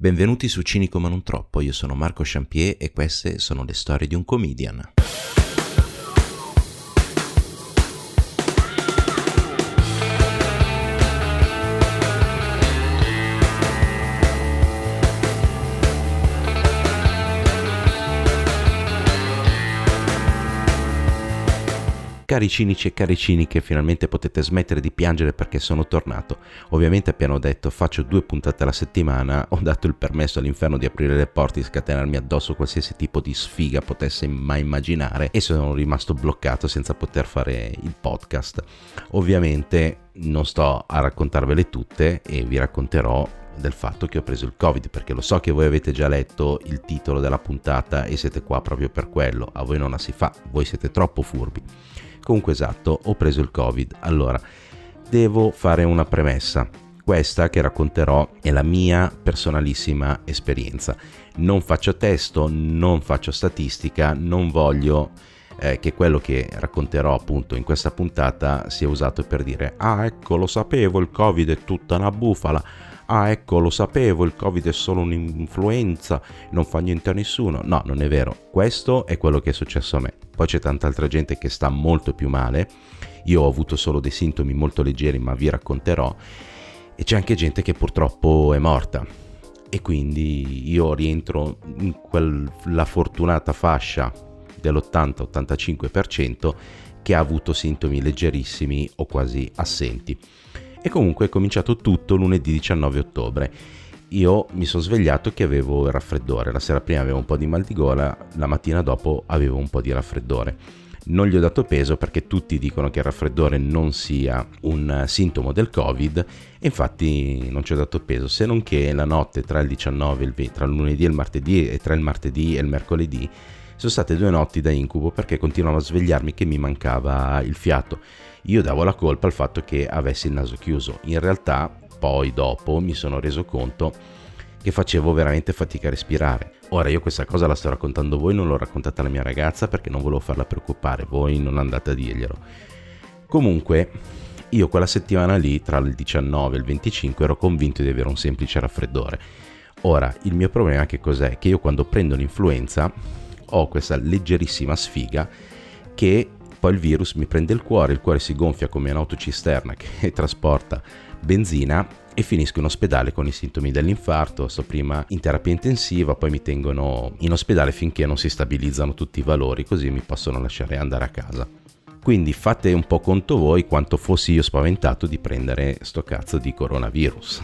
Benvenuti su Cinico ma non troppo, io sono Marco Champier e queste sono le storie di un comedian. Cari cinici e cari ciniche, finalmente potete smettere di piangere perché sono tornato. Ovviamente appena ho detto faccio 2 puntate alla settimana, ho dato il permesso all'inferno di aprire le porte e scatenarmi addosso qualsiasi tipo di sfiga potesse mai immaginare e sono rimasto bloccato senza poter fare il podcast. Ovviamente non sto a raccontarvele tutte e vi racconterò del fatto che ho preso il Covid, perché lo so che voi avete già letto il titolo della puntata e siete qua proprio per quello. A voi non la si fa, voi siete troppo furbi. Comunque esatto, ho preso il Covid. Allora, devo fare una premessa. Questa che racconterò è la mia personalissima esperienza. Non faccio testo, non faccio statistica, non voglio che quello che racconterò appunto in questa puntata sia usato per dire «Ah, ecco, lo sapevo, il Covid è tutta una bufala». «Ah, ecco, lo sapevo, il Covid è solo un'influenza, non fa niente a nessuno». No, non è vero. Questo è quello che è successo a me. Poi c'è tanta altra gente che sta molto più male. Io ho avuto solo dei sintomi molto leggeri, ma vi racconterò. E c'è anche gente che purtroppo è morta. E quindi io rientro in quella fortunata fascia dell'80-85% che ha avuto sintomi leggerissimi o quasi assenti. E comunque è cominciato tutto lunedì 19 ottobre. Io mi sono svegliato che avevo il raffreddore. La sera prima avevo un po' di mal di gola, la mattina dopo avevo un po' di raffreddore. Non gli ho dato peso perché tutti dicono che il raffreddore non sia un sintomo del Covid e infatti non ci ho dato peso, se non che la notte tra il 19 e il 20, tra il lunedì e il martedì e tra il martedì e il mercoledì sono state 2 notti da incubo perché continuavo a svegliarmi che mi mancava il fiato. Io davo la colpa al fatto che avessi il naso chiuso. In realtà poi dopo mi sono reso conto che facevo veramente fatica a respirare. Ora io questa cosa la sto raccontando a voi, non l'ho raccontata alla mia ragazza perché non volevo farla preoccupare, voi non andate a dirglielo. Comunque io quella settimana lì tra il 19 e il 25 ero convinto di avere un semplice raffreddore. Ora il mio problema che cos'è? Che io quando prendo l'influenza ho questa leggerissima sfiga che poi il virus mi prende il cuore si gonfia come un'autocisterna che trasporta benzina e finisco in ospedale con i sintomi dell'infarto. Sto prima in terapia intensiva, poi mi tengono in ospedale finché non si stabilizzano tutti i valori, così mi possono lasciare andare a casa. Quindi fate un po' conto voi quanto fossi io spaventato di prendere sto cazzo di coronavirus.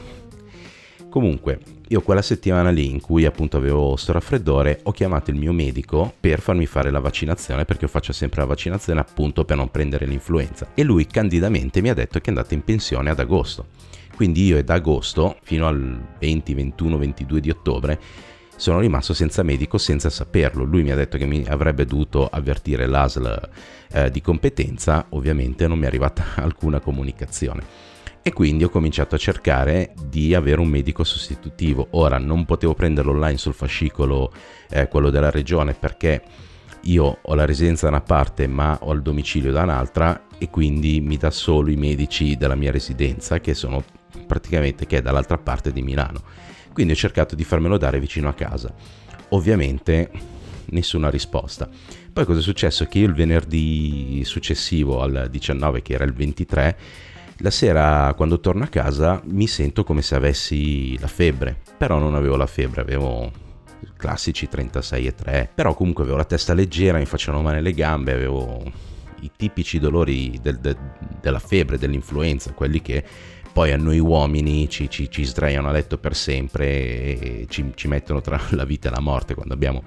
Comunque, io quella settimana lì in cui appunto avevo sto raffreddore ho chiamato il mio medico per farmi fare la vaccinazione, perché io faccio sempre la vaccinazione appunto per non prendere l'influenza, e lui candidamente mi ha detto che è andato in pensione ad agosto. Quindi io da agosto fino al 20, 21, 22 di ottobre sono rimasto senza medico senza saperlo. Lui mi ha detto che mi avrebbe dovuto avvertire l'ASL di competenza, ovviamente non mi è arrivata alcuna comunicazione. E quindi ho cominciato a cercare di avere un medico sostitutivo. Ora non potevo prenderlo online sul fascicolo, quello della regione, perché io ho la residenza da una parte ma ho il domicilio da un'altra e quindi mi dà solo i medici della mia residenza che sono praticamente che è dall'altra parte di Milano. Quindi ho cercato di farmelo dare vicino a casa. Ovviamente nessuna risposta. Poi cosa è successo? Che io il venerdì successivo al 19, che era il 23, la sera quando torno a casa mi sento come se avessi la febbre, però non avevo la febbre, avevo classici 36,3, però comunque avevo la testa leggera, mi facevano male le gambe, avevo i tipici dolori della febbre, dell'influenza, quelli che poi a noi uomini ci sdraiano a letto per sempre e ci mettono tra la vita e la morte quando abbiamo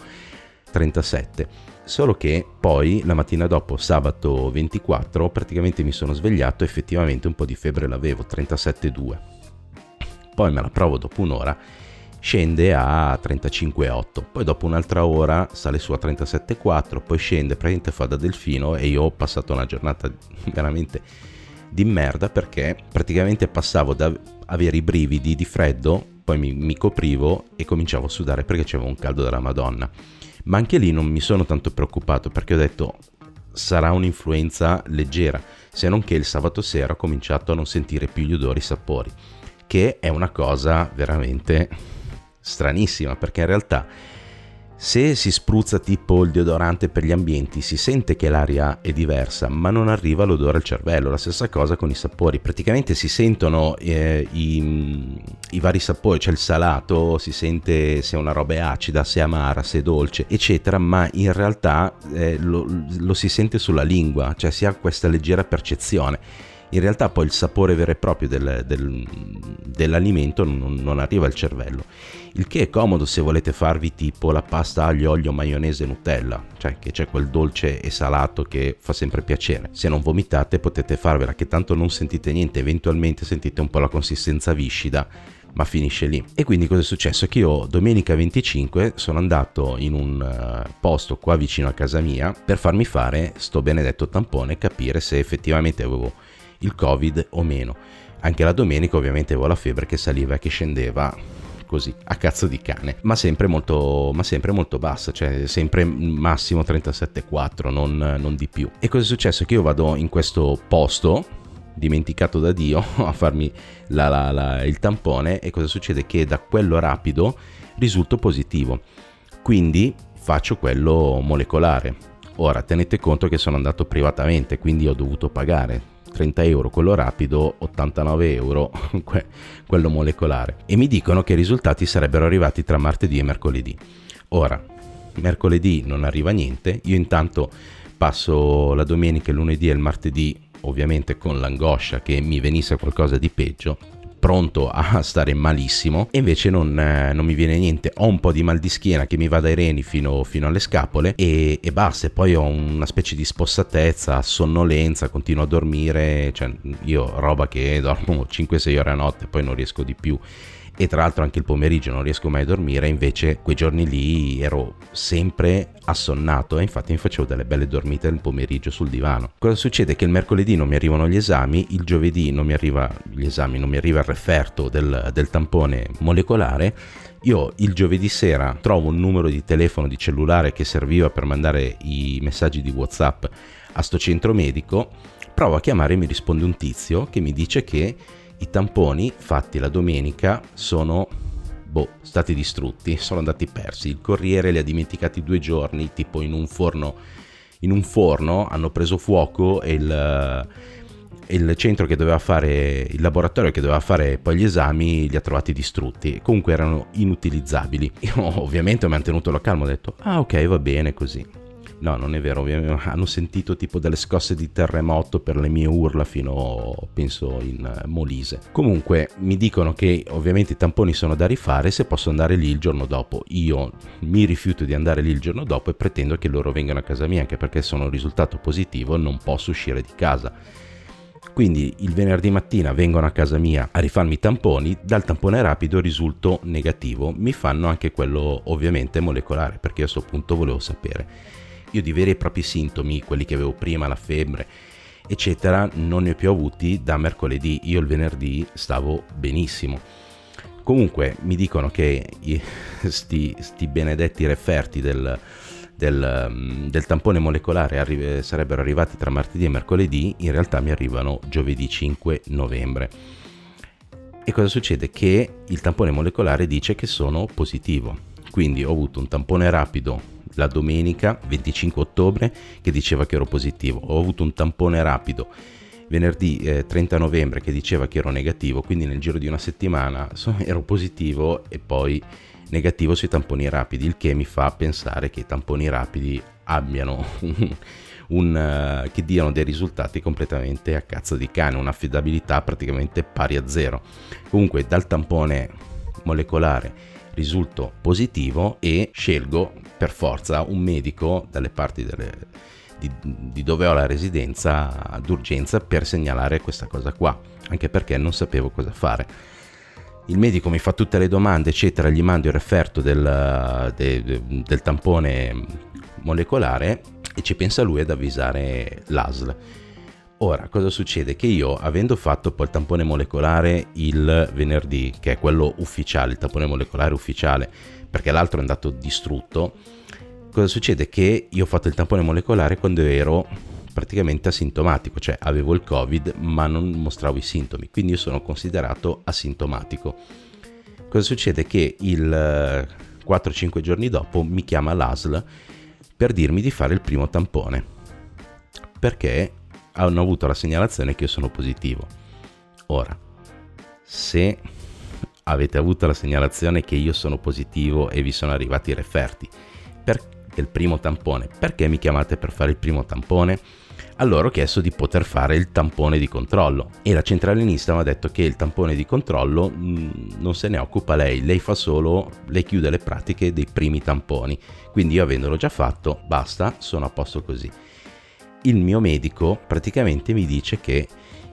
37. Solo che poi la mattina dopo, sabato 24, praticamente mi sono svegliato e effettivamente un po' di febbre l'avevo, 37,2. Poi me la provo dopo un'ora, scende a 35,8. Poi dopo un'altra ora sale su a 37,4, poi scende, praticamente fa da delfino e io ho passato una giornata veramente di merda perché praticamente passavo da avere i brividi di freddo, poi mi coprivo e cominciavo a sudare perché c'avevo un caldo della Madonna. Ma anche lì non mi sono tanto preoccupato perché ho detto sarà un'influenza leggera, se non che il sabato sera ho cominciato a non sentire più gli odori e i sapori, che è una cosa veramente stranissima, perché in realtà se si spruzza tipo il deodorante per gli ambienti si sente che l'aria è diversa, ma non arriva l'odore al cervello. La stessa cosa con i sapori, praticamente si sentono i vari sapori, cioè il salato si sente se una roba è acida, se è amara, se è dolce, eccetera, ma in realtà lo si sente sulla lingua, cioè si ha questa leggera percezione. In realtà poi il sapore vero e proprio dell'alimento non arriva al cervello, il che è comodo se volete farvi tipo la pasta aglio, olio, maionese, Nutella, cioè che c'è quel dolce e salato che fa sempre piacere. Se non vomitate potete farvela, che tanto non sentite niente, eventualmente sentite un po' la consistenza viscida, ma finisce lì. E quindi cosa è successo? Che io domenica 25 sono andato in un posto qua vicino a casa mia per farmi fare sto benedetto tampone e capire se effettivamente avevo il Covid o meno. Anche la domenica ovviamente avevo la febbre che saliva e che scendeva così a cazzo di cane, ma sempre molto bassa, cioè sempre massimo 37,4, non di più. E cosa è successo? Che io vado in questo posto dimenticato da Dio a farmi il tampone, e cosa succede? Che da quello rapido risulto positivo, quindi faccio quello molecolare. Ora tenete conto che sono andato privatamente, quindi ho dovuto pagare 30 euro quello rapido, 89 euro quello molecolare, e mi dicono che i risultati sarebbero arrivati tra martedì e mercoledì. Ora, mercoledì non arriva niente, io intanto passo la domenica, il lunedì e il martedì ovviamente con l'angoscia che mi venisse qualcosa di peggio, pronto a stare malissimo, e invece non mi viene niente. Ho un po' di mal di schiena che mi va dai reni fino alle scapole e basta. E poi ho una specie di spossatezza, sonnolenza, continuo a dormire, cioè io roba che dormo 5-6 ore a notte, poi non riesco di più, e tra l'altro anche il pomeriggio non riesco mai a dormire. Invece quei giorni lì ero sempre assonnato e infatti mi facevo delle belle dormite nel pomeriggio sul divano. Cosa succede? Che il mercoledì non mi arrivano gli esami, il giovedì non mi arriva gli esami, non mi arriva il referto del tampone molecolare. Io il giovedì sera trovo un numero di telefono di cellulare che serviva per mandare i messaggi di WhatsApp a sto centro medico, provo a chiamare e mi risponde un tizio che mi dice che i tamponi fatti la domenica sono stati distrutti, sono andati persi, il corriere li ha dimenticati 2 giorni, tipo in un forno hanno preso fuoco e il centro che doveva fare, il laboratorio che doveva fare poi gli esami li ha trovati distrutti, comunque erano inutilizzabili. Io ovviamente ho mantenuto la calma, ho detto ok, va bene così. No, non è vero, hanno sentito tipo delle scosse di terremoto per le mie urla fino, penso, in Molise. Comunque mi dicono che ovviamente i tamponi sono da rifare, se posso andare lì il giorno dopo. Io mi rifiuto di andare lì il giorno dopo e pretendo che loro vengano a casa mia, anche perché sono un risultato positivo, non posso uscire di casa. Quindi il venerdì mattina vengono a casa mia a rifarmi i tamponi, dal tampone rapido risulto negativo, mi fanno anche quello ovviamente molecolare, perché io a questo punto volevo sapere. Io di veri e propri sintomi, quelli che avevo prima, la febbre eccetera, non ne ho più avuti da mercoledì. Io il venerdì stavo benissimo. Comunque mi dicono che sti benedetti referti del tampone molecolare sarebbero arrivati tra martedì e mercoledì, in realtà mi arrivano giovedì 5 novembre. E cosa succede? Che il tampone molecolare dice che sono positivo, quindi ho avuto un tampone rapido la domenica 25 ottobre che diceva che ero positivo, ho avuto un tampone rapido venerdì 30 novembre che diceva che ero negativo, quindi nel giro di una settimana ero positivo e poi negativo sui tamponi rapidi, il che mi fa pensare che i tamponi rapidi abbiano che diano dei risultati completamente a cazzo di cane, un'affidabilità praticamente pari a zero. Comunque dal tampone molecolare risulto positivo e scelgo per forza un medico dalle parti di dove ho la residenza d'urgenza per segnalare questa cosa qua, anche perché non sapevo cosa fare. Il medico mi fa tutte le domande eccetera, gli mando il referto del tampone molecolare e ci pensa lui ad avvisare l'ASL. Ora, cosa succede? Che io, avendo fatto poi il tampone molecolare il venerdì, che è quello ufficiale, il tampone molecolare ufficiale, perché l'altro è andato distrutto, cosa succede? Che io ho fatto il tampone molecolare quando ero praticamente asintomatico, cioè avevo il Covid ma non mostravo i sintomi, quindi io sono considerato asintomatico. Cosa succede? Che il 4-5 giorni dopo mi chiama l'ASL per dirmi di fare il primo tampone, perché hanno avuto la segnalazione che io sono positivo. Ora, se avete avuto la segnalazione che io sono positivo e vi sono arrivati i referti del primo tampone, perché mi chiamate per fare il primo tampone? Allora ho chiesto di poter fare il tampone di controllo e la centralinista mi ha detto che il tampone di controllo non se ne occupa lei chiude le pratiche dei primi tamponi, quindi io avendolo già fatto, basta, sono a posto così. Il mio medico praticamente mi dice che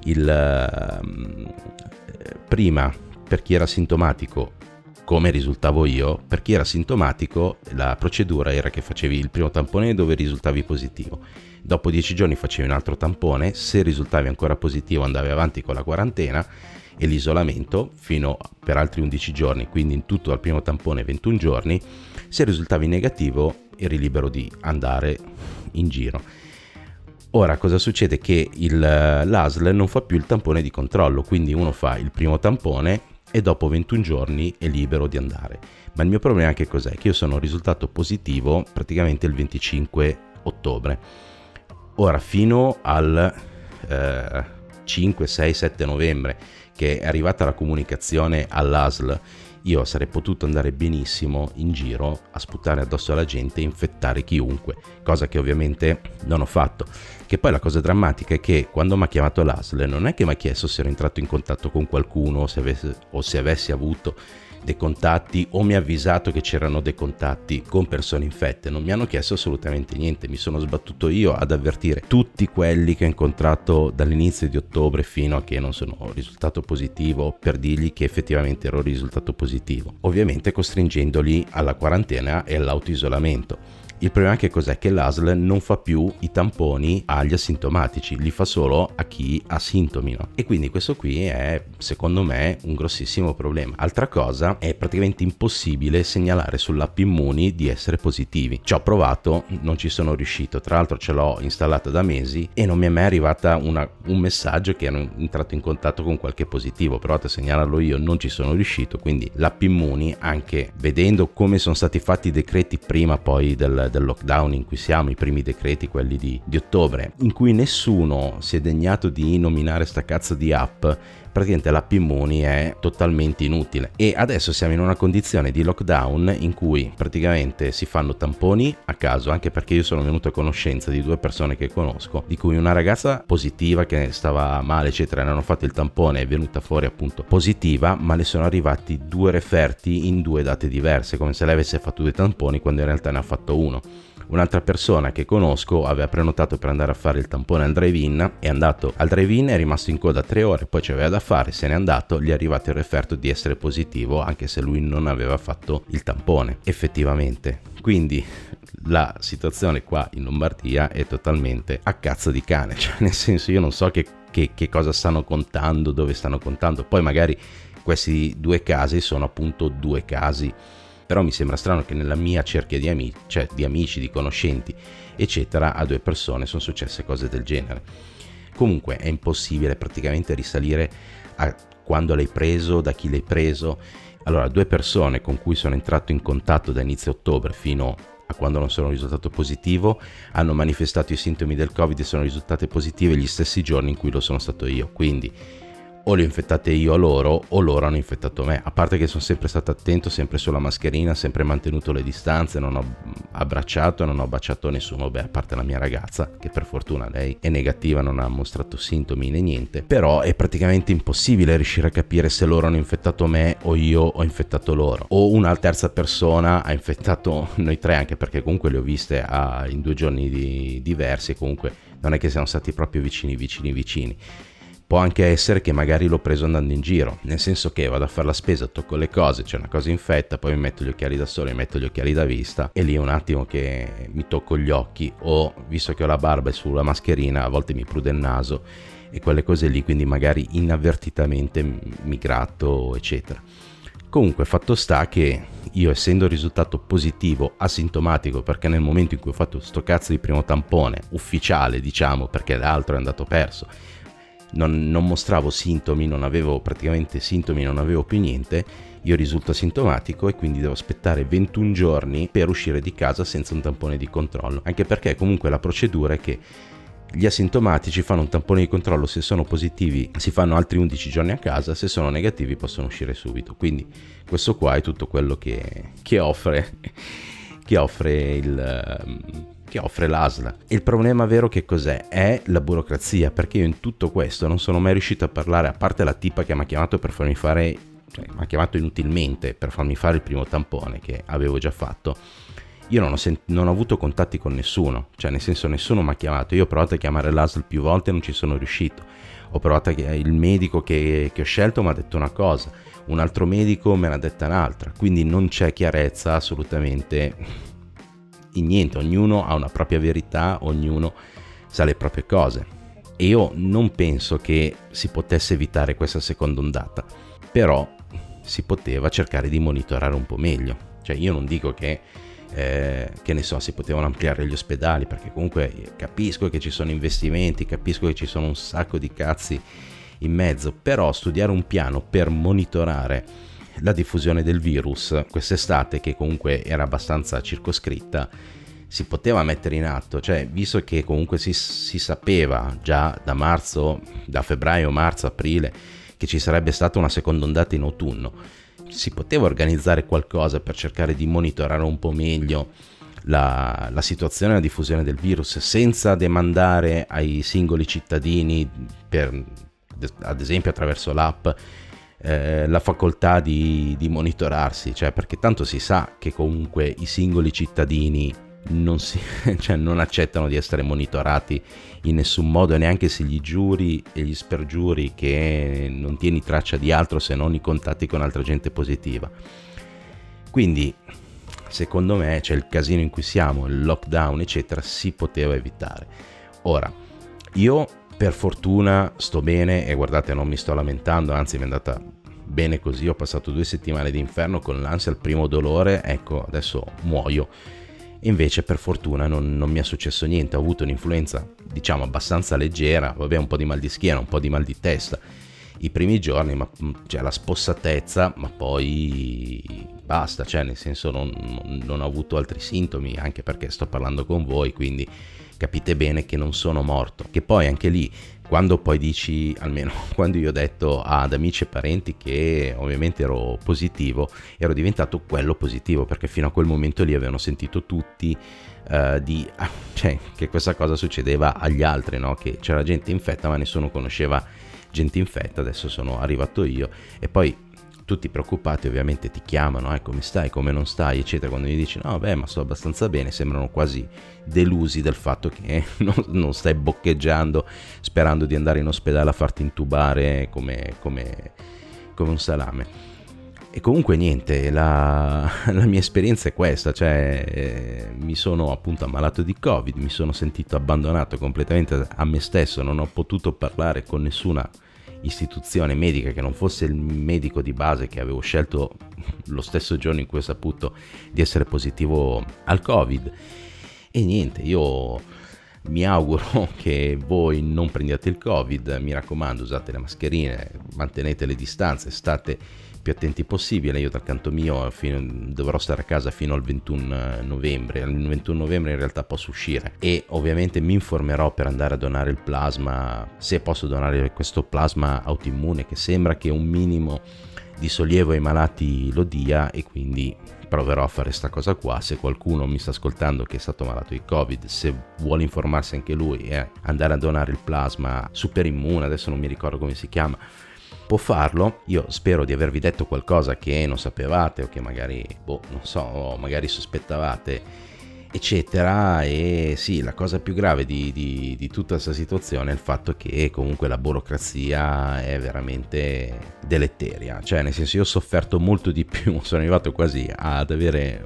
prima, per chi era sintomatico, come risultavo io, per chi era sintomatico la procedura era che facevi il primo tampone dove risultavi positivo, dopo 10 giorni facevi un altro tampone, se risultavi ancora positivo andavi avanti con la quarantena e l'isolamento fino per altri 11 giorni, quindi in tutto dal primo tampone 21 giorni, se risultavi negativo eri libero di andare in giro. Ora cosa succede? Che l'ASL non fa più il tampone di controllo, quindi uno fa il primo tampone e dopo 21 giorni è libero di andare. Ma il mio problema che cos'è? Che io sono risultato positivo praticamente il 25 ottobre. Ora fino al 5, 6, 7 novembre che è arrivata la comunicazione all'ASL, io sarei potuto andare benissimo in giro a sputare addosso alla gente e infettare chiunque, cosa che ovviamente non ho fatto. Che poi la cosa drammatica è che quando mi ha chiamato l'ASL non è che mi ha chiesto se ero entrato in contatto con qualcuno o se avessi avuto dei contatti o mi ha avvisato che c'erano dei contatti con persone infette, non mi hanno chiesto assolutamente niente, mi sono sbattuto io ad avvertire tutti quelli che ho incontrato dall'inizio di ottobre fino a che non sono risultato positivo, per dirgli che effettivamente ero risultato positivo, ovviamente costringendoli alla quarantena e all'autoisolamento. Il problema che cos'è? Che l'ASL non fa più i tamponi agli asintomatici, li fa solo a chi ha sintomi, no? E quindi questo qui è, secondo me, un grossissimo problema. Altra cosa, è praticamente impossibile segnalare sull'app Immuni di essere positivi. Ci ho provato, non ci sono riuscito, tra l'altro ce l'ho installata da mesi e non mi è mai arrivata un messaggio che ero entrato in contatto con qualche positivo. Ho provato a segnalarlo io, non ci sono riuscito, quindi l'app Immuni, anche vedendo come sono stati fatti i decreti prima poi del lockdown in cui siamo, i primi decreti, quelli di ottobre, in cui nessuno si è degnato di nominare sta cazzo di app, praticamente l'app Immuni è totalmente inutile. E adesso siamo in una condizione di lockdown in cui praticamente si fanno tamponi a caso, anche perché io sono venuto a conoscenza di 2 persone che conosco, di cui una ragazza positiva che stava male eccetera, ne hanno fatto il tampone, è venuta fuori appunto positiva, ma le sono arrivati 2 referti in 2 date diverse, come se lei avesse fatto 2 tamponi quando in realtà ne ha fatto uno. Un'altra persona che conosco aveva prenotato per andare a fare il tampone al drive-in, è andato al drive-in, è rimasto in coda 3 ore, poi c'aveva da fare, se n'è andato, gli è arrivato il referto di essere positivo anche se lui non aveva fatto il tampone effettivamente. Quindi la situazione qua in Lombardia è totalmente a cazzo di cane, cioè nel senso io non so che cosa stanno contando, dove stanno contando, poi magari questi 2 casi sono appunto 2 casi, però mi sembra strano che nella mia cerchia di amici, cioè di amici, di conoscenti eccetera, a 2 persone sono successe cose del genere. Comunque è impossibile praticamente risalire a quando l'hai preso, da chi l'hai preso. Allora 2 persone con cui sono entrato in contatto da inizio ottobre fino a quando non sono risultato positivo hanno manifestato i sintomi del Covid e sono risultate positive gli stessi giorni in cui lo sono stato io, quindi o le ho infettate io a loro o loro hanno infettato me. A parte che sono sempre stato attento, sempre sulla mascherina, sempre mantenuto le distanze, non ho abbracciato, non ho baciato nessuno, a parte la mia ragazza che per fortuna lei è negativa, non ha mostrato sintomi né niente, però è praticamente impossibile riuscire a capire se loro hanno infettato me o io ho infettato loro, o una terza persona ha infettato noi 3, anche perché comunque le ho viste in 2 giorni diversi e comunque non è che siamo stati proprio vicini. Può anche essere che magari l'ho preso andando in giro, nel senso che vado a fare la spesa, tocco le cose, c'è una cosa infetta, poi mi metto gli occhiali da sole, mi metto gli occhiali da vista e lì è un attimo che mi tocco gli occhi, o visto che ho la barba e sulla mascherina a volte mi prude il naso e quelle cose lì, quindi magari inavvertitamente mi gratto eccetera. Comunque fatto sta che io, essendo risultato positivo asintomatico, perché nel momento in cui ho fatto sto cazzo di primo tampone ufficiale, diciamo, perché l'altro è andato perso, non mostravo sintomi, non avevo praticamente sintomi, non avevo più niente, io risulto asintomatico e quindi devo aspettare 21 giorni per uscire di casa senza un tampone di controllo, anche perché comunque la procedura è che gli asintomatici fanno un tampone di controllo, se sono positivi si fanno altri 11 giorni a casa, se sono negativi possono uscire subito. Quindi questo qua è tutto quello che offre l'ASL. Il problema vero che cos'è? È la burocrazia, perché io in tutto questo non sono mai riuscito a parlare, a parte la tipa che mi ha chiamato per farmi fare, cioè mi ha chiamato inutilmente per farmi fare il primo tampone che avevo già fatto. Io non ho avuto contatti con nessuno, cioè nel senso nessuno mi ha chiamato. Io ho provato a chiamare l'ASL più volte e non ci sono riuscito. Ho provato il medico che ho scelto mi ha detto una cosa, un altro medico me ne ha detta un'altra, quindi non c'è chiarezza assolutamente in niente. Ognuno ha una propria verità, ognuno sa le proprie cose e io non penso che si potesse evitare questa seconda ondata, però si poteva cercare di monitorare un po' meglio. Cioè io non dico che ne so, si potevano ampliare gli ospedali, perché comunque capisco che ci sono investimenti, capisco che ci sono un sacco di cazzi in mezzo, però studiare un piano per monitorare la diffusione del virus quest'estate, che comunque era abbastanza circoscritta, si poteva mettere in atto. Cioè, visto che comunque si sapeva già da febbraio, marzo, aprile che ci sarebbe stata una seconda ondata in autunno, si poteva organizzare qualcosa per cercare di monitorare un po' meglio la situazione e la diffusione del virus, senza demandare ai singoli cittadini, ad esempio attraverso l'app, la facoltà di monitorarsi. Cioè, perché tanto si sa che comunque i singoli cittadini non accettano di essere monitorati in nessun modo, neanche se gli giuri e gli spergiuri che non tieni traccia di altro se non i contatti con altra gente positiva. Quindi secondo me, c'è il casino in cui siamo, il lockdown eccetera, si poteva evitare. Ora, io per fortuna sto bene e guardate, non mi sto lamentando, anzi mi è andata bene così. Ho passato 2 settimane di inferno con l'ansia, il primo dolore, ecco adesso muoio. Invece per fortuna non mi è successo niente. Ho avuto un'influenza diciamo abbastanza leggera, vabbè, un po' di mal di schiena, un po' di mal di testa i primi giorni, ma cioè la spossatezza, ma poi basta, cioè nel senso non ho avuto altri sintomi, anche perché sto parlando con voi, quindi capite bene che non sono morto. Che poi anche lì, quando poi dici, almeno quando io ho detto ad amici e parenti che ovviamente ero positivo, ero diventato quello positivo, perché fino a quel momento lì avevano sentito tutti cioè che questa cosa succedeva agli altri, no? Che c'era gente infetta ma nessuno conosceva gente infetta. Adesso sono arrivato io e poi tutti preoccupati ovviamente ti chiamano, come stai, come non stai eccetera. Quando gli dici no beh ma sto abbastanza bene, sembrano quasi delusi del fatto che non stai boccheggiando sperando di andare in ospedale a farti intubare come un salame. E comunque niente, la mia esperienza è questa, cioè mi sono appunto ammalato di Covid, mi sono sentito abbandonato completamente a me stesso, non ho potuto parlare con nessuna istituzione medica che non fosse il medico di base che avevo scelto lo stesso giorno in cui ho saputo di essere positivo al Covid. E niente, io mi auguro che voi non prendiate il Covid, mi raccomando, usate le mascherine, mantenete le distanze, state più attenti possibile. Io dal canto mio dovrò stare a casa fino al 21 novembre. Il 21 novembre in realtà posso uscire e ovviamente mi informerò per andare a donare il plasma, se posso donare questo plasma autoimmune che sembra che un minimo di sollievo ai malati lo dia, e quindi proverò a fare sta cosa qua. Se qualcuno mi sta ascoltando che è stato malato di Covid, se vuole informarsi anche lui e andare a donare il plasma superimmune, adesso non mi ricordo come si chiama, può farlo. Io spero di avervi detto qualcosa che non sapevate o che magari, non so, magari sospettavate eccetera. E sì, la cosa più grave di tutta questa situazione è il fatto che comunque la burocrazia è veramente deleteria. Cioè nel senso, io ho sofferto molto di più, sono arrivato quasi ad avere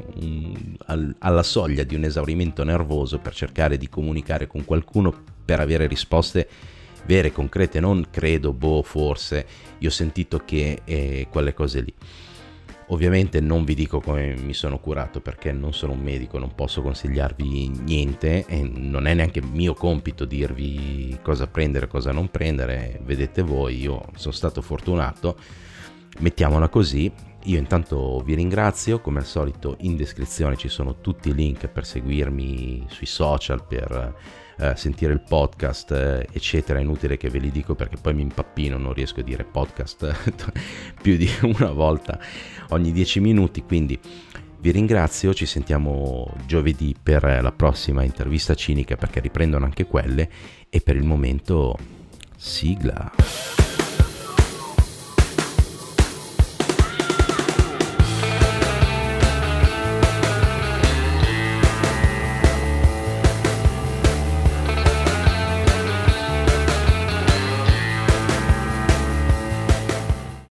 alla soglia di un esaurimento nervoso per cercare di comunicare con qualcuno per avere risposte vere, concrete, non credo, forse, io ho sentito che quelle cose lì. Ovviamente non vi dico come mi sono curato perché non sono un medico, non posso consigliarvi niente e non è neanche mio compito dirvi cosa prendere, cosa non prendere, vedete voi. Io sono stato fortunato, mettiamola così, io intanto vi ringrazio, come al solito in descrizione ci sono tutti i link per seguirmi sui social, per sentire il podcast, eccetera. È inutile che ve li dico perché poi mi impappino, non riesco a dire podcast più di una volta ogni 10 minuti, quindi vi ringrazio, ci sentiamo giovedì per la prossima intervista cinica, perché riprendono anche quelle, e per il momento sigla.